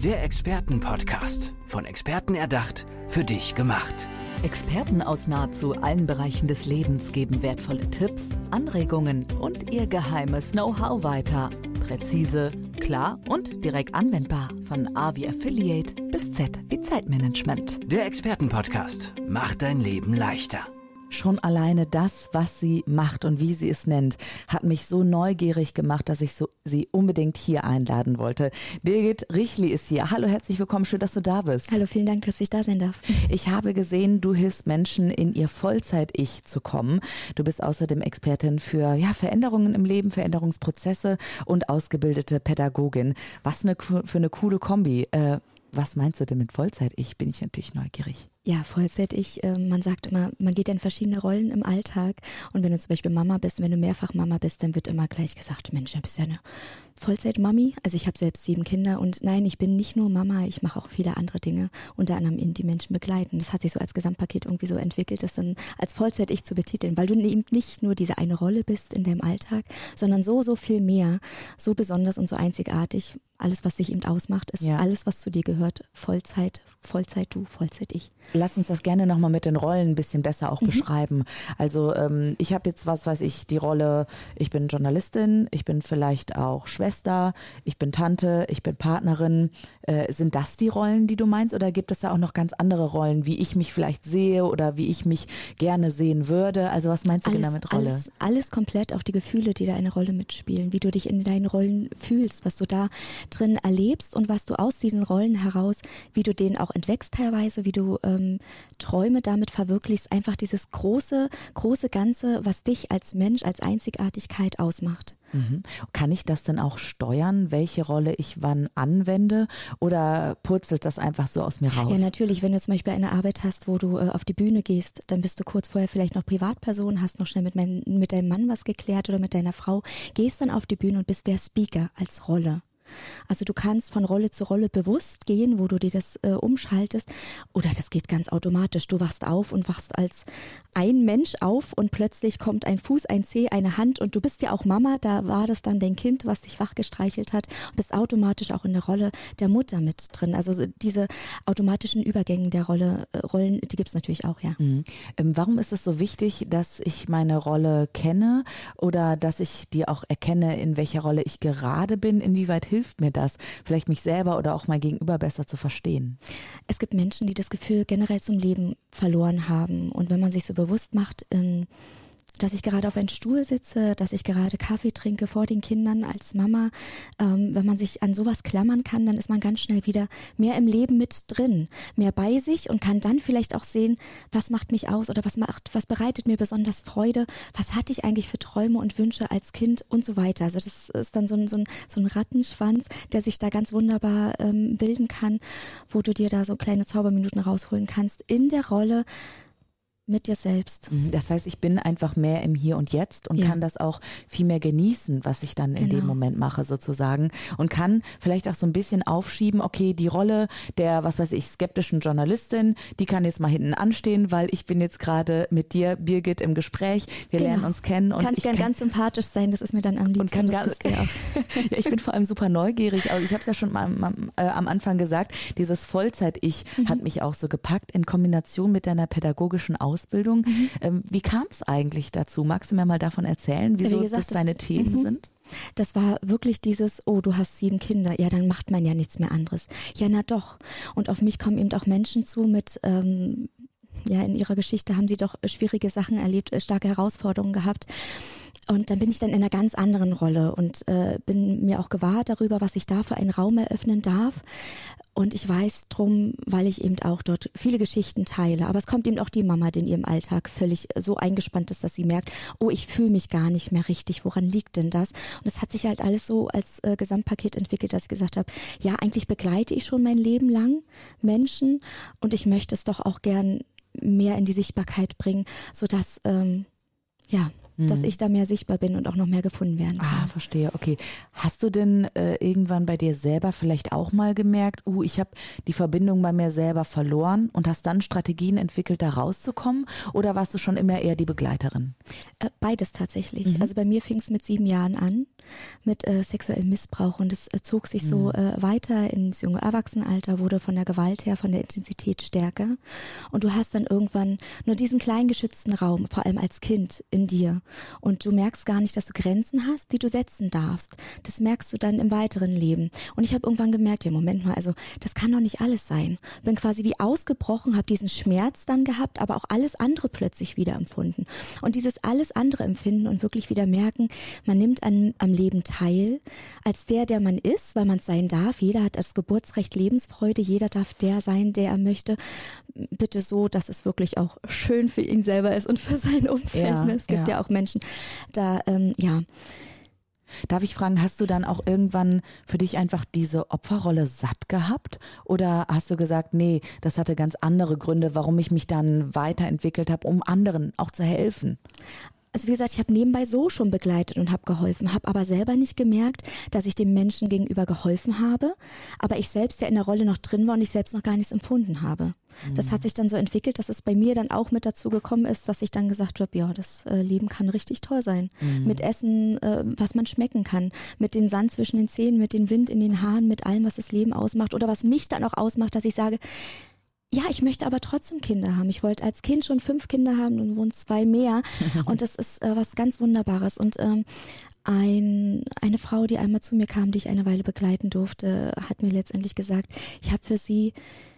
Der Expertenpodcast. Von Experten erdacht, für dich gemacht. Experten aus nahezu allen Bereichen des Lebens geben wertvolle Tipps, Anregungen und ihr geheimes Know-how weiter. Präzise, klar und direkt anwendbar. Von A wie Affiliate bis Z wie Zeitmanagement. Der Expertenpodcast macht dein Leben leichter. Schon alleine das, was sie macht und wie sie es nennt, hat mich so neugierig gemacht, dass ich sie unbedingt hier einladen wollte. Birgit Richli ist hier. Hallo, herzlich willkommen, schön, dass du da bist. Hallo, vielen Dank, dass ich da sein darf. Ich habe gesehen, du hilfst Menschen, in ihr Vollzeit-Ich zu kommen. Du bist außerdem Expertin für Veränderungen im Leben, Veränderungsprozesse und ausgebildete Pädagogin. Was für eine coole Kombi. Was meinst du denn mit Vollzeit-Ich? Bin ich natürlich neugierig. Ja, Vollzeit-Ich, man sagt immer, man geht in verschiedene Rollen im Alltag und wenn du zum Beispiel Mama bist, wenn du mehrfach Mama bist, dann wird immer gleich gesagt, Mensch, du bist ja eine Vollzeit-Mami. Also ich habe selbst 7 Kinder und nein, ich bin nicht nur Mama, ich mache auch viele andere Dinge, unter anderem die Menschen begleiten. Das hat sich so als Gesamtpaket irgendwie so entwickelt, das dann als Vollzeit-Ich zu betiteln, weil du eben nicht nur diese eine Rolle bist in deinem Alltag, sondern so viel mehr, so besonders und so einzigartig. Alles, was dich eben ausmacht, ist alles, was zu dir gehört. Vollzeit du, Vollzeit ich. Lass uns das gerne nochmal mit den Rollen ein bisschen besser auch beschreiben. Also ich habe jetzt, die Rolle, ich bin Journalistin, ich bin vielleicht auch Schwester, ich bin Tante, ich bin Partnerin. Sind das die Rollen, die du meinst? Oder gibt es da auch noch ganz andere Rollen, wie ich mich vielleicht sehe oder wie ich mich gerne sehen würde? Also was meinst du genau mit Rolle? Alles komplett, auch die Gefühle, die da eine Rolle mitspielen, wie du dich in deinen Rollen fühlst, was du da drin erlebst und was du aus diesen Rollen heraus, wie du denen auch entwächst teilweise, wie du Träume damit verwirklichst, einfach dieses große Ganze, was dich als Mensch, als Einzigartigkeit ausmacht. Mhm. Kann ich das denn auch steuern, welche Rolle ich wann anwende oder purzelt das einfach so aus mir raus? Ja, natürlich, wenn du zum Beispiel eine Arbeit hast, wo du auf die Bühne gehst, dann bist du kurz vorher vielleicht noch Privatperson, hast noch schnell mit deinem Mann was geklärt oder mit deiner Frau, gehst dann auf die Bühne und bist der Speaker als Rolle. Also du kannst von Rolle zu Rolle bewusst gehen, wo du dir das umschaltest, oder das geht ganz automatisch. Du wachst auf und wachst als ein Mensch auf und plötzlich kommt ein Fuß, ein Zeh, eine Hand und du bist ja auch Mama, da war das dann dein Kind, was dich wach gestreichelt hat und bist automatisch auch in der Rolle der Mutter mit drin. Also diese automatischen Übergänge der Rollen, die gibt's natürlich auch, ja. Mhm. Warum ist es so wichtig, dass ich meine Rolle kenne oder dass ich die auch erkenne, in welcher Rolle ich gerade bin? Inwieweit hilft mir das, vielleicht mich selber oder auch mein Gegenüber besser zu verstehen? Es gibt Menschen, die das Gefühl generell zum Leben verloren haben. Und wenn man sich so bewusst macht, dass ich gerade auf einem Stuhl sitze, dass ich gerade Kaffee trinke vor den Kindern als Mama, wenn man sich an sowas klammern kann, dann ist man ganz schnell wieder mehr im Leben mit drin, mehr bei sich und kann dann vielleicht auch sehen, was macht mich aus oder was bereitet mir besonders Freude, was hatte ich eigentlich für Träume und Wünsche als Kind und so weiter. Also das ist dann so ein Rattenschwanz, der sich da ganz wunderbar bilden kann, wo du dir da so kleine Zauberminuten rausholen kannst in der Rolle mit dir selbst. Das heißt, ich bin einfach mehr im Hier und Jetzt und kann das auch viel mehr genießen, was ich dann in dem Moment mache sozusagen und kann vielleicht auch so ein bisschen aufschieben, okay, die Rolle der, skeptischen Journalistin, die kann jetzt mal hinten anstehen, weil ich bin jetzt gerade mit dir, Birgit, im Gespräch, wir lernen uns kennen. Und kannst ganz sympathisch sein, das ist mir dann am liebsten. Und ja, ich bin vor allem super neugierig, also ich habe es ja schon mal am Anfang gesagt, dieses Vollzeit-Ich hat mich auch so gepackt in Kombination mit deiner pädagogischen Ausbildung. Wie kam es eigentlich dazu? Magst du mir mal davon erzählen, wieso das deine Themen sind? Das war wirklich dieses, oh, du hast 7 Kinder, ja, dann macht man ja nichts mehr anderes. Ja, na doch. Und auf mich kommen eben auch Menschen zu mit, in ihrer Geschichte haben sie doch schwierige Sachen erlebt, starke Herausforderungen gehabt. Und dann bin ich dann in einer ganz anderen Rolle und bin mir auch gewahr darüber, was ich da für einen Raum eröffnen darf. Und ich weiß drum, weil ich eben auch dort viele Geschichten teile. Aber es kommt eben auch die Mama, die in ihrem Alltag völlig so eingespannt ist, dass sie merkt, oh, ich fühle mich gar nicht mehr richtig. Woran liegt denn das? Und es hat sich halt alles so als Gesamtpaket entwickelt, dass ich gesagt habe, ja, eigentlich begleite ich schon mein Leben lang Menschen und ich möchte es doch auch gern mehr in die Sichtbarkeit bringen, sodass dass ich da mehr sichtbar bin und auch noch mehr gefunden werden kann. Verstehe, okay. Hast du denn irgendwann bei dir selber vielleicht auch mal gemerkt, ich habe die Verbindung bei mir selber verloren und hast dann Strategien entwickelt, da rauszukommen? Oder warst du schon immer eher die Begleiterin? Beides tatsächlich. Also bei mir fing es mit 7 Jahren an, mit sexuellem Missbrauch, und es zog sich so weiter ins junge Erwachsenenalter, wurde von der Gewalt her, von der Intensität stärker. Und du hast dann irgendwann nur diesen kleinen geschützten Raum, vor allem als Kind, in dir. Und du merkst gar nicht, dass du Grenzen hast, die du setzen darfst. Das merkst du dann im weiteren Leben. Und ich habe irgendwann gemerkt, ja, Moment mal, also das kann doch nicht alles sein. Bin quasi wie ausgebrochen, habe diesen Schmerz dann gehabt, aber auch alles andere plötzlich wieder empfunden. Und dieses alles andere empfinden und wirklich wieder merken, man nimmt am Leben teil, als der man ist, weil man es sein darf. Jeder hat das Geburtsrecht Lebensfreude, jeder darf der sein, der er möchte. Bitte so, dass es wirklich auch schön für ihn selber ist und für sein Umfeld. Ja, es gibt ja auch Menschen, da, Darf ich fragen, hast du dann auch irgendwann für dich einfach diese Opferrolle satt gehabt? Oder hast du gesagt, nee, das hatte ganz andere Gründe, warum ich mich dann weiterentwickelt habe, um anderen auch zu helfen? Also wie gesagt, ich habe nebenbei so schon begleitet und habe geholfen, habe aber selber nicht gemerkt, dass ich dem Menschen gegenüber geholfen habe, aber ich selbst ja in der Rolle noch drin war und ich selbst noch gar nichts empfunden habe. Das hat sich dann so entwickelt, dass es bei mir dann auch mit dazu gekommen ist, dass ich dann gesagt habe, ja, das Leben kann richtig toll sein. Mit Essen, was man schmecken kann, mit dem Sand zwischen den Zähnen, mit dem Wind in den Haaren, mit allem, was das Leben ausmacht oder was mich dann auch ausmacht, dass ich sage, ja, ich möchte aber trotzdem Kinder haben. Ich wollte als Kind schon 5 Kinder haben, dann wurden 2 mehr. Und das ist was ganz Wunderbares. Und eine Frau, die einmal zu mir kam, die ich eine Weile begleiten durfte, hat mir letztendlich gesagt, ich habe für sie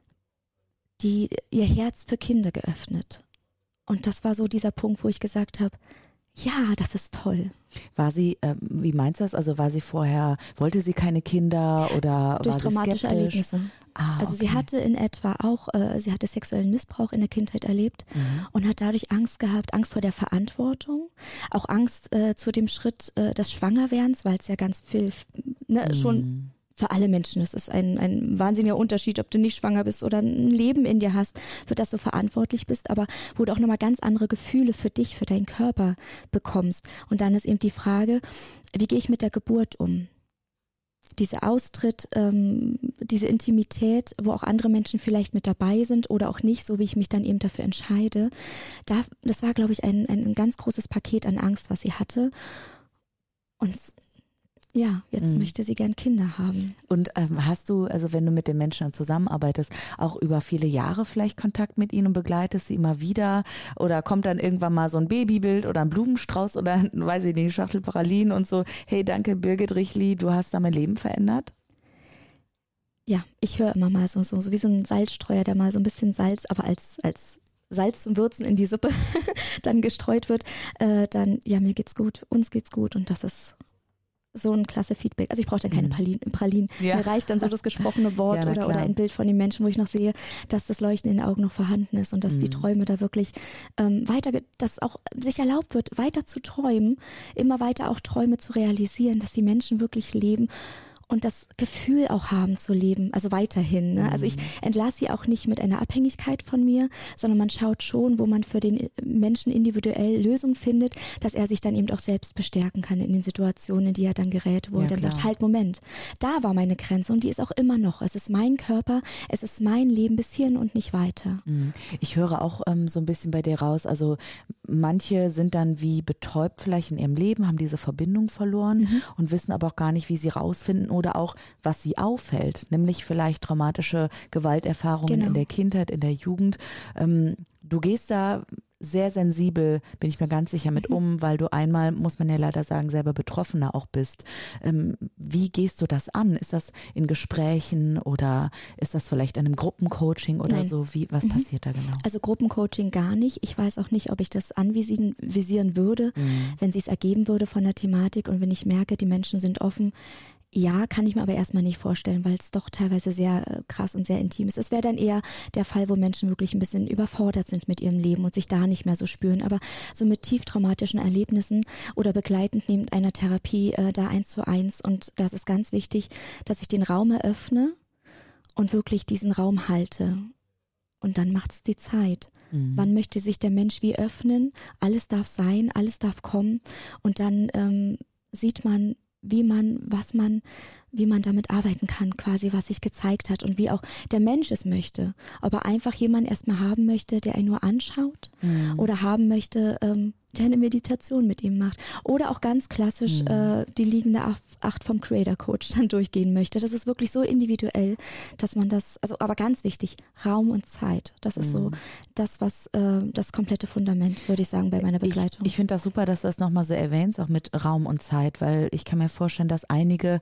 ihr Herz für Kinder geöffnet. Und das war so dieser Punkt, wo ich gesagt habe, ja, das ist toll. War sie, wie meinst du das? Also wollte sie keine Kinder oder durch war sie traumatische skeptisch? Erlebnisse. Also sie hatte in etwa auch, sie hatte sexuellen Missbrauch in der Kindheit erlebt und hat dadurch Angst gehabt, Angst vor der Verantwortung, auch Angst zu dem Schritt des Schwangerwerdens, weil es ja ganz viel, schon für alle Menschen, es ist ein wahnsinniger Unterschied, ob du nicht schwanger bist oder ein Leben in dir hast, für das du verantwortlich bist, aber wo du auch nochmal ganz andere Gefühle für dich, für deinen Körper bekommst. Und dann ist eben die Frage, wie gehe ich mit der Geburt um? Dieser Austritt, diese Intimität, wo auch andere Menschen vielleicht mit dabei sind oder auch nicht, so wie ich mich dann eben dafür entscheide. Das war, glaube ich, ein ganz großes Paket an Angst, was sie hatte. Und ja, jetzt möchte sie gern Kinder haben. Und hast du, also wenn du mit den Menschen zusammenarbeitest, auch über viele Jahre vielleicht Kontakt mit ihnen und begleitest sie immer wieder? Oder kommt dann irgendwann mal so ein Babybild oder ein Blumenstrauß oder, weiß ich nicht, Schachtel Pralinen und so, hey, danke Birgit Richli, du hast da mein Leben verändert? Ja, ich höre immer mal so wie so ein Salzstreuer, der mal so ein bisschen Salz, aber als Salz zum Würzen in die Suppe dann gestreut wird, dann, ja, mir geht's gut, uns geht's gut, und das ist so ein klasse Feedback. Also ich brauche dann keine Pralinen. Ja. Mir reicht dann so das gesprochene Wort oder ein Bild von dem Menschen, wo ich noch sehe, dass das Leuchten in den Augen noch vorhanden ist und dass die Träume da wirklich dass auch sich erlaubt wird, weiter zu träumen, immer weiter auch Träume zu realisieren, dass die Menschen wirklich leben und das Gefühl auch haben zu leben, also weiterhin. Ne? Also ich entlasse sie auch nicht mit einer Abhängigkeit von mir, sondern man schaut schon, wo man für den Menschen individuell Lösungen findet, dass er sich dann eben auch selbst bestärken kann in den Situationen, in die er dann gerät, wo er dann sagt, halt, Moment, da war meine Grenze und die ist auch immer noch. Es ist mein Körper, es ist mein Leben bis hierhin und nicht weiter. Ich höre auch so ein bisschen bei dir raus, also manche sind dann wie betäubt vielleicht in ihrem Leben, haben diese Verbindung verloren und wissen aber auch gar nicht, wie sie rausfinden oder auch, was sie auffällt, nämlich vielleicht traumatische Gewalterfahrungen in der Kindheit, in der Jugend. Du gehst da sehr sensibel, bin ich mir ganz sicher, mit um, weil du einmal, muss man ja leider sagen, selber Betroffener auch bist. Wie gehst du das an? Ist das in Gesprächen oder ist das vielleicht in einem Gruppencoaching oder so? Was passiert da genau? Also Gruppencoaching gar nicht. Ich weiß auch nicht, ob ich das anvisieren würde, wenn es sich ergeben würde von der Thematik und wenn ich merke, die Menschen sind offen. Ja, kann ich mir aber erstmal nicht vorstellen, weil es doch teilweise sehr krass und sehr intim ist. Es wäre dann eher der Fall, wo Menschen wirklich ein bisschen überfordert sind mit ihrem Leben und sich da nicht mehr so spüren. Aber so mit tief traumatischen Erlebnissen oder begleitend neben einer Therapie da 1:1. Und das ist ganz wichtig, dass ich den Raum eröffne und wirklich diesen Raum halte. Und dann macht's die Zeit. Wann möchte sich der Mensch wie öffnen? Alles darf sein, alles darf kommen. Und dann sieht man, wie man damit arbeiten kann, quasi, was sich gezeigt hat und wie auch der Mensch es möchte. Ob er einfach jemanden erstmal haben möchte, der ihn nur anschaut oder haben möchte, der eine Meditation mit ihm macht. Oder auch ganz klassisch die liegende Acht vom Creator Coach dann durchgehen möchte. Das ist wirklich so individuell, dass man das, also aber ganz wichtig, Raum und Zeit. Das ist so das, was das komplette Fundament, würde ich sagen, bei meiner Begleitung. Ich finde das super, dass du das nochmal so erwähnst, auch mit Raum und Zeit, weil ich kann mir vorstellen, dass einige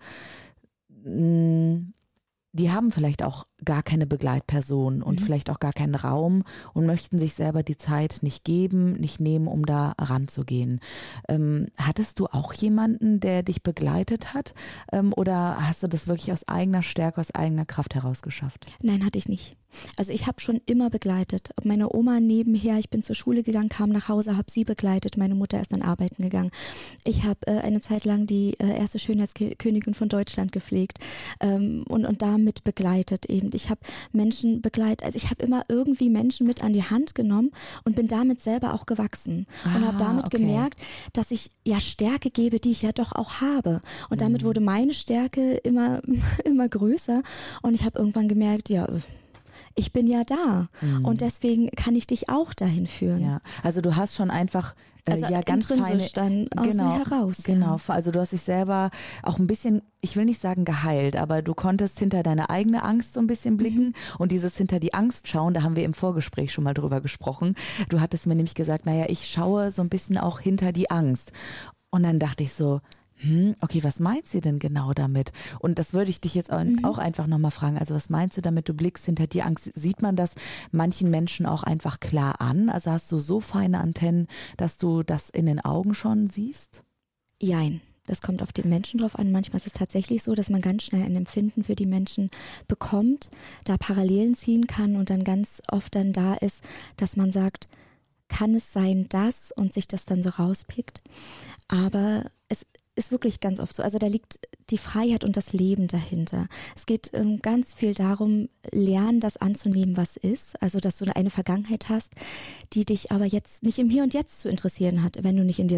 die haben vielleicht auch gar keine Begleitperson und vielleicht auch gar keinen Raum und möchten sich selber die Zeit nicht geben, nicht nehmen, um da ranzugehen. Hattest du auch jemanden, der dich begleitet hat oder hast du das wirklich aus eigener Stärke, aus eigener Kraft heraus geschafft? Nein, hatte ich nicht. Also ich habe schon immer begleitet. Ob meine Oma nebenher, ich bin zur Schule gegangen, kam nach Hause, habe sie begleitet. Meine Mutter ist dann arbeiten gegangen. Ich habe eine Zeit lang die erste Schönheitskönigin von Deutschland gepflegt und damit begleitet eben. Ich habe Menschen begleitet, also ich habe immer irgendwie Menschen mit an die Hand genommen und bin damit selber auch gewachsen und habe damit gemerkt, dass ich ja Stärke gebe, die ich ja doch auch habe. Und damit wurde meine Stärke immer größer und ich habe irgendwann gemerkt, ja, ich bin ja da und deswegen kann ich dich auch dahin führen. Ja, also du hast schon einfach also ja ganz feine dann aus mir heraus. Genau, also du hast dich selber auch ein bisschen, ich will nicht sagen geheilt, aber du konntest hinter deine eigene Angst so ein bisschen blicken und dieses hinter die Angst schauen, da haben wir im Vorgespräch schon mal drüber gesprochen. Du hattest mir nämlich gesagt, naja, ich schaue so ein bisschen auch hinter die Angst. Und dann dachte ich so, okay, was meint sie denn genau damit? Und das würde ich dich jetzt auch einfach nochmal fragen. Also was meinst du damit, du blickst hinter die Angst? Sieht man das manchen Menschen auch einfach klar an? Also hast du so feine Antennen, dass du das in den Augen schon siehst? Jein. Das kommt auf den Menschen drauf an. Manchmal ist es tatsächlich so, dass man ganz schnell ein Empfinden für die Menschen bekommt, da Parallelen ziehen kann und dann ganz oft dann da ist, dass man sagt, kann es sein, das und sich das dann so rauspickt. Aber es ist wirklich ganz oft so. Also da liegt die Freiheit und das Leben dahinter. Es geht ganz viel darum, lernen, das anzunehmen, was ist. Also, dass du eine Vergangenheit hast, die dich aber jetzt nicht im Hier und Jetzt zu interessieren hat, wenn du nicht in der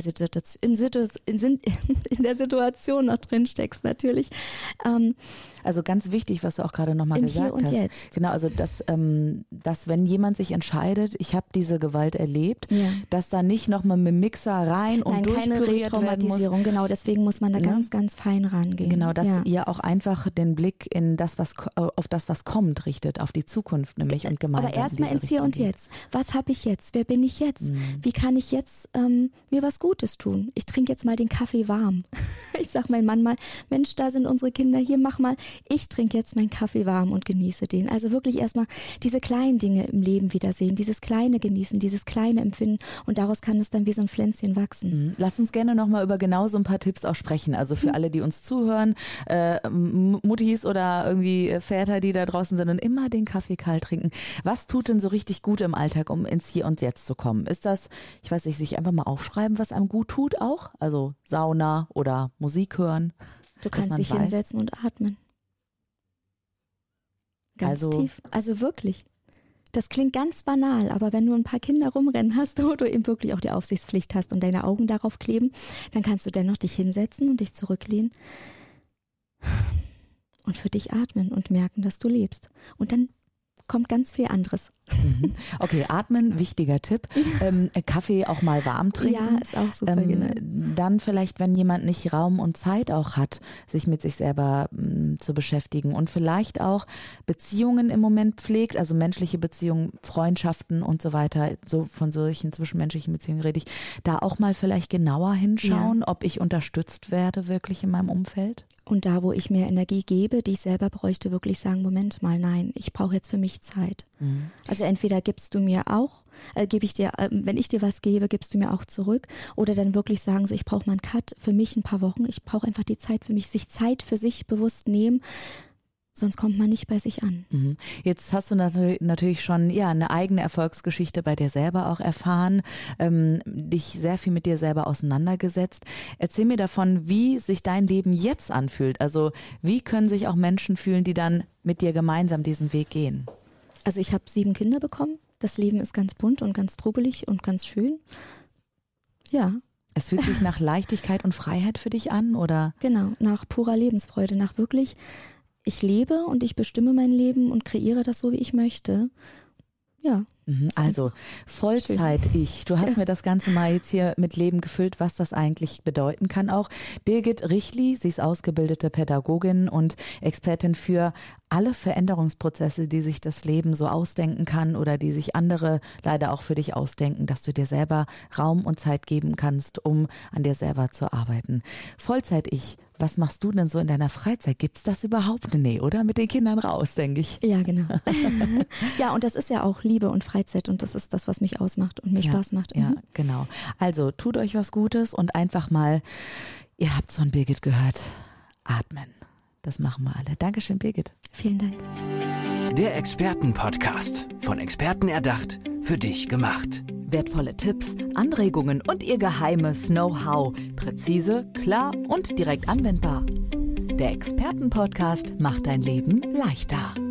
Situation noch drin steckst, natürlich. Also ganz wichtig, was du auch gerade nochmal gesagt Hier und hast. Jetzt. Genau, also dass wenn jemand sich entscheidet, ich habe diese Gewalt erlebt, dass da nicht nochmal mit dem Mixer rein und durchpüriert werden muss. Genau, deswegen muss man da ganz, ganz fein rangehen. Genau, dass ihr auch einfach den Blick in das, auf das, was kommt, richtet, auf die Zukunft nämlich und gemeinsam. Aber erstmal ins Hier und Jetzt. Was habe ich jetzt? Wer bin ich jetzt? Wie kann ich jetzt mir was Gutes tun? Ich trinke jetzt mal den Kaffee warm. Ich sag meinem Mann mal, Mensch, da sind unsere Kinder, hier mach mal. Ich trinke jetzt meinen Kaffee warm und genieße den. Also wirklich erstmal diese kleinen Dinge im Leben wiedersehen, dieses kleine Genießen, dieses kleine Empfinden und daraus kann es dann wie so ein Pflänzchen wachsen. Lass uns gerne nochmal über genau so ein paar Tipps auch sprechen. Also für alle, die uns zuhören, Muttis oder irgendwie Väter, die da draußen sind und immer den Kaffee kalt trinken. Was tut denn so richtig gut im Alltag, um ins Hier und Jetzt zu kommen? Ist das, ich weiß nicht, sich einfach mal aufschreiben, was einem gut tut auch? Also Sauna oder Musik hören? Du kannst dich hinsetzen und atmen. Ganz tief. Also wirklich. Das klingt ganz banal, aber wenn du ein paar Kinder rumrennen hast, wo du eben wirklich auch die Aufsichtspflicht hast und deine Augen darauf kleben, dann kannst du dennoch dich hinsetzen und dich zurücklehnen und für dich atmen und merken, dass du lebst. Und dann kommt ganz viel anderes. Okay, atmen, wichtiger Tipp. Kaffee auch mal warm trinken. Ja, ist auch super. Dann vielleicht, wenn jemand nicht Raum und Zeit auch hat, sich mit sich selber zu beschäftigen und vielleicht auch Beziehungen im Moment pflegt, also menschliche Beziehungen, Freundschaften und so weiter, so von solchen zwischenmenschlichen Beziehungen rede ich, da auch mal vielleicht genauer hinschauen, ob ich unterstützt werde wirklich in meinem Umfeld. Und da, wo ich mehr Energie gebe, die ich selber bräuchte, wirklich sagen, Moment mal, nein, ich brauche jetzt für mich Zeit. Also entweder gibst du mir auch, gebe ich dir, wenn ich dir was gebe, gibst du mir auch zurück. Oder dann wirklich sagen, so ich brauche mal einen Cut für mich ein paar Wochen. Ich brauche einfach die Zeit für mich, sich Zeit für sich bewusst nehmen. Sonst kommt man nicht bei sich an. Jetzt hast du natürlich schon eine eigene Erfolgsgeschichte bei dir selber auch erfahren, dich sehr viel mit dir selber auseinandergesetzt. Erzähl mir davon, wie sich dein Leben jetzt anfühlt. Also wie können sich auch Menschen fühlen, die dann mit dir gemeinsam diesen Weg gehen? Also ich habe 7 Kinder bekommen. Das Leben ist ganz bunt und ganz trubelig und ganz schön. Ja. Es fühlt sich nach Leichtigkeit und Freiheit für dich an, oder? Genau, nach purer Lebensfreude, nach wirklich, ich lebe und ich bestimme mein Leben und kreiere das so, wie ich möchte. Ja. Also Vollzeit-Ich. Du hast mir das Ganze mal jetzt hier mit Leben gefüllt, was das eigentlich bedeuten kann auch. Birgit Richli, sie ist ausgebildete Pädagogin und Expertin für alle Veränderungsprozesse, die sich das Leben so ausdenken kann oder die sich andere leider auch für dich ausdenken, dass du dir selber Raum und Zeit geben kannst, um an dir selber zu arbeiten. Vollzeit-Ich. Was machst du denn so in deiner Freizeit? Gibt's das überhaupt? Nee, oder? Mit den Kindern raus, denke ich. Ja, genau. Ja, und das ist ja auch Liebe und Freizeit und das ist das, was mich ausmacht und mir Spaß macht. Ja, genau. Also tut euch was Gutes und einfach mal, ihr habt's von Birgit gehört, atmen. Das machen wir alle. Dankeschön, Birgit. Vielen Dank. Der Expertenpodcast, von Experten erdacht, für dich gemacht. Wertvolle Tipps, Anregungen und ihr geheimes Know-how. Präzise, klar und direkt anwendbar. Der Expertenpodcast macht dein Leben leichter.